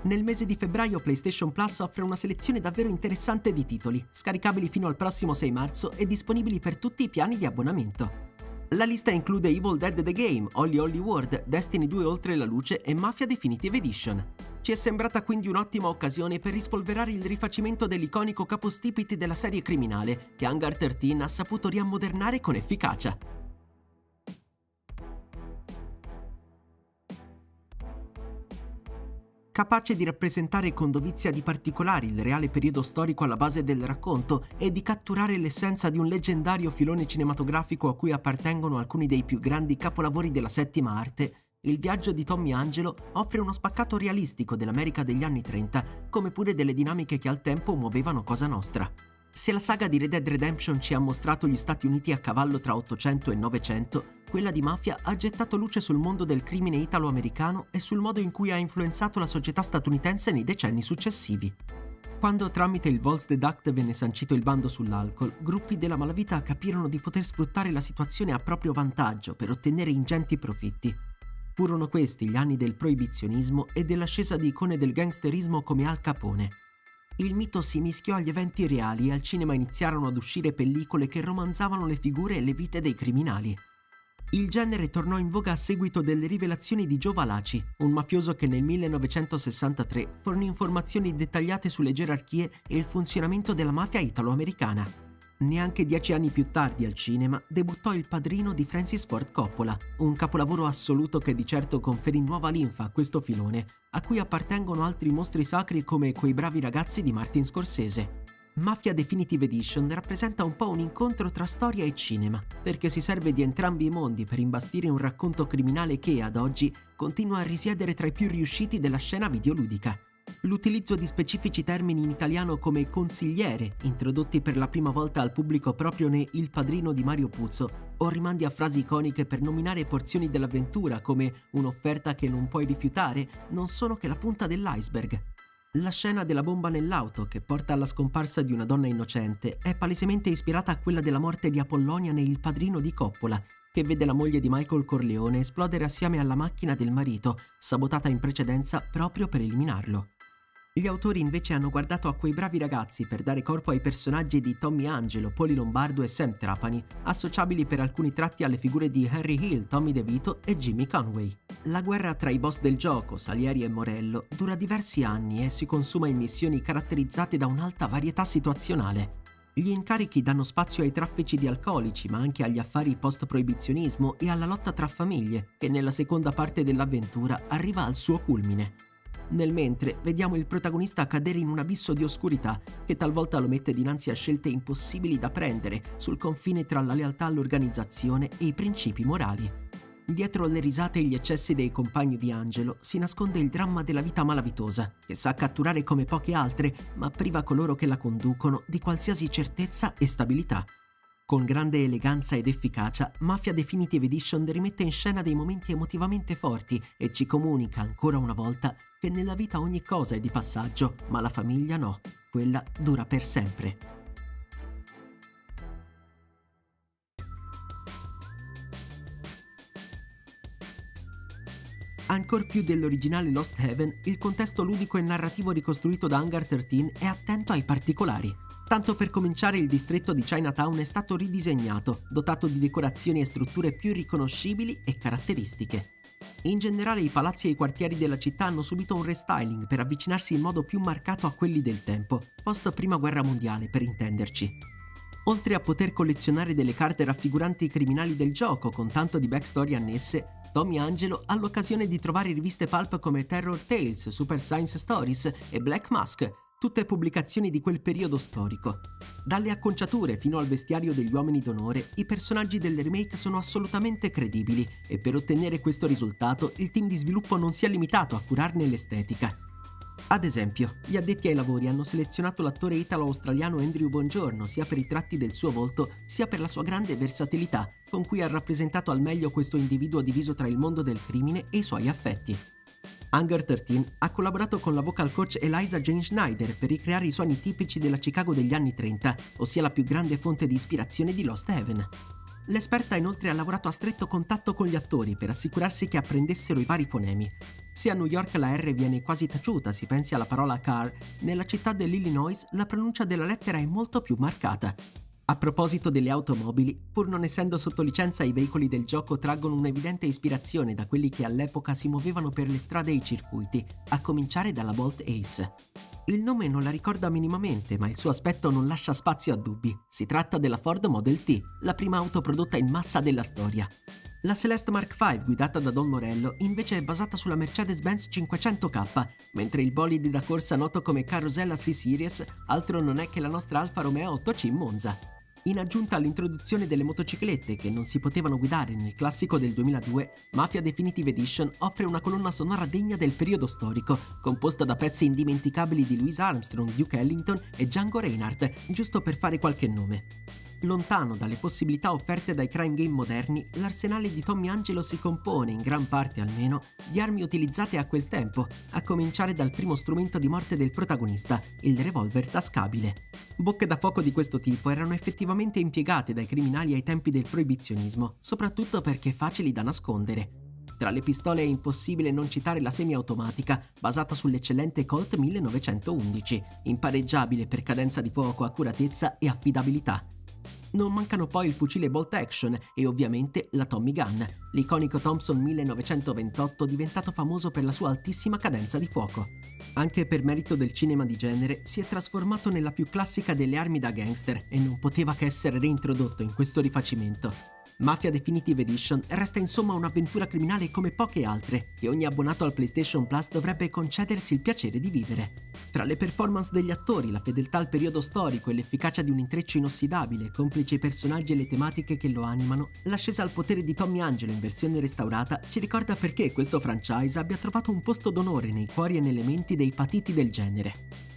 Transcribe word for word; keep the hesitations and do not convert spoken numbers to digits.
Nel mese di febbraio PlayStation Plus offre una selezione davvero interessante di titoli, scaricabili fino al prossimo sei marzo e disponibili per tutti i piani di abbonamento. La lista include Evil Dead The Game, Holly Holly World, Destiny due Oltre la Luce e Mafia Definitive Edition. Ci è sembrata quindi un'ottima occasione per rispolverare il rifacimento dell'iconico capostipite della serie criminale, che Hangar tredici ha saputo riammodernare con efficacia. Capace di rappresentare con dovizia di particolari il reale periodo storico alla base del racconto e di catturare l'essenza di un leggendario filone cinematografico a cui appartengono alcuni dei più grandi capolavori della settima arte, Il viaggio di Tommy Angelo offre uno spaccato realistico dell'America degli anni trenta, come pure delle dinamiche che al tempo muovevano Cosa Nostra. Se la saga di Red Dead Redemption ci ha mostrato gli Stati Uniti a cavallo tra Ottocento e Novecento, quella di Mafia ha gettato luce sul mondo del crimine italo-americano e sul modo in cui ha influenzato la società statunitense nei decenni successivi. Quando tramite il Volksdeduct venne sancito il bando sull'alcol, gruppi della malavita capirono di poter sfruttare la situazione a proprio vantaggio per ottenere ingenti profitti. Furono questi gli anni del proibizionismo e dell'ascesa di icone del gangsterismo come Al Capone. Il mito si mischiò agli eventi reali e al cinema iniziarono ad uscire pellicole che romanzavano le figure e le vite dei criminali. Il genere tornò in voga a seguito delle rivelazioni di Joe Valachi, un mafioso che nel millenovecentosessantatré fornì informazioni dettagliate sulle gerarchie e il funzionamento della mafia italo-americana. Neanche dieci anni più tardi al cinema debuttò Il Padrino di Francis Ford Coppola, un capolavoro assoluto che di certo conferì nuova linfa a questo filone, a cui appartengono altri mostri sacri come Quei bravi ragazzi di Martin Scorsese. Mafia Definitive Edition rappresenta un po' un incontro tra storia e cinema, perché si serve di entrambi i mondi per imbastire un racconto criminale che, ad oggi, continua a risiedere tra i più riusciti della scena videoludica. L'utilizzo di specifici termini in italiano come consigliere, introdotti per la prima volta al pubblico proprio ne Il Padrino di Mario Puzo, o rimandi a frasi iconiche per nominare porzioni dell'avventura come un'offerta che non puoi rifiutare, non sono che la punta dell'iceberg. La scena della bomba nell'auto, che porta alla scomparsa di una donna innocente, è palesemente ispirata a quella della morte di Apollonia ne Il Padrino di Coppola, che vede la moglie di Michael Corleone esplodere assieme alla macchina del marito, sabotata in precedenza proprio per eliminarlo. Gli autori invece hanno guardato a Quei bravi ragazzi per dare corpo ai personaggi di Tommy Angelo, Poli Lombardo e Sam Trapani, associabili per alcuni tratti alle figure di Henry Hill, Tommy DeVito e Jimmy Conway. La guerra tra i boss del gioco, Salieri e Morello, dura diversi anni e si consuma in missioni caratterizzate da un'alta varietà situazionale. Gli incarichi danno spazio ai traffici di alcolici, ma anche agli affari post-proibizionismo e alla lotta tra famiglie, che nella seconda parte dell'avventura arriva al suo culmine. Nel mentre vediamo il protagonista cadere in un abisso di oscurità che talvolta lo mette dinanzi a scelte impossibili da prendere sul confine tra la lealtà all'organizzazione e i principi morali. Dietro le risate e gli eccessi dei compagni di Angelo si nasconde il dramma della vita malavitosa, che sa catturare come poche altre, ma priva coloro che la conducono di qualsiasi certezza e stabilità. Con grande eleganza ed efficacia, Mafia Definitive Edition rimette in scena dei momenti emotivamente forti e ci comunica ancora una volta che nella vita ogni cosa è di passaggio, ma la famiglia no, quella dura per sempre. Ancor più dell'originale Lost Heaven, il contesto ludico e narrativo ricostruito da Hangar tredici è attento ai particolari. Tanto per cominciare, il distretto di Chinatown è stato ridisegnato, dotato di decorazioni e strutture più riconoscibili e caratteristiche. In generale, i palazzi e i quartieri della città hanno subito un restyling per avvicinarsi in modo più marcato a quelli del tempo, post Prima Guerra Mondiale per intenderci. Oltre a poter collezionare delle carte raffiguranti i criminali del gioco con tanto di backstory annesse, Tommy Angelo ha l'occasione di trovare riviste pulp come Terror Tales, Super Science Stories e Black Mask, tutte pubblicazioni di quel periodo storico. Dalle acconciature fino al vestiario degli uomini d'onore, i personaggi del remake sono assolutamente credibili e per ottenere questo risultato il team di sviluppo non si è limitato a curarne l'estetica. Ad esempio, gli addetti ai lavori hanno selezionato l'attore italo-australiano Andrew Bongiorno sia per i tratti del suo volto sia per la sua grande versatilità, con cui ha rappresentato al meglio questo individuo diviso tra il mondo del crimine e i suoi affetti. Hangar tredici ha collaborato con la vocal coach Eliza Jane Schneider per ricreare i suoni tipici della Chicago degli anni trenta, ossia la più grande fonte di ispirazione di Lost Heaven. L'esperta inoltre ha lavorato a stretto contatto con gli attori per assicurarsi che apprendessero i vari fonemi. Se a New York la R viene quasi taciuta, si pensi alla parola car, nella città dell'Illinois la pronuncia della lettera è molto più marcata. A proposito delle automobili, pur non essendo sotto licenza, i veicoli del gioco traggono un'evidente ispirazione da quelli che all'epoca si muovevano per le strade e i circuiti, a cominciare dalla Bolt Ace. Il nome non la ricorda minimamente, ma il suo aspetto non lascia spazio a dubbi. Si tratta della Ford Model T, la prima auto prodotta in massa della storia. La Celeste Mark cinque, guidata da Don Morello, invece è basata sulla Mercedes-Benz cinquecento K, mentre il bolide da corsa noto come Carrozzella C-Series altro non è che la nostra Alfa Romeo otto C Monza. In aggiunta all'introduzione delle motociclette che non si potevano guidare nel classico del duemiladue, Mafia Definitive Edition offre una colonna sonora degna del periodo storico, composta da pezzi indimenticabili di Louis Armstrong, Duke Ellington e Django Reinhardt, giusto per fare qualche nome. Lontano dalle possibilità offerte dai crime game moderni, l'arsenale di Tommy Angelo si compone, in gran parte almeno, di armi utilizzate a quel tempo, a cominciare dal primo strumento di morte del protagonista, il revolver tascabile. Bocche da fuoco di questo tipo erano effettivamente impiegate dai criminali ai tempi del proibizionismo, soprattutto perché facili da nascondere. Tra le pistole è impossibile non citare la semiautomatica, basata sull'eccellente Colt millenovecentoundici, impareggiabile per cadenza di fuoco, accuratezza e affidabilità. Non mancano poi il fucile bolt action e ovviamente la Tommy Gun, l'iconico Thompson millenovecentoventotto diventato famoso per la sua altissima cadenza di fuoco. Anche per merito del cinema di genere si è trasformato nella più classica delle armi da gangster e non poteva che essere reintrodotto in questo rifacimento. Mafia Definitive Edition resta insomma un'avventura criminale come poche altre, che ogni abbonato al PlayStation Plus dovrebbe concedersi il piacere di vivere. Tra le performance degli attori, la fedeltà al periodo storico e l'efficacia di un intreccio inossidabile, complici i personaggi e le tematiche che lo animano, l'ascesa al potere di Tommy Angelo in versione restaurata ci ricorda perché questo franchise abbia trovato un posto d'onore nei cuori e nelle menti dei patiti del genere.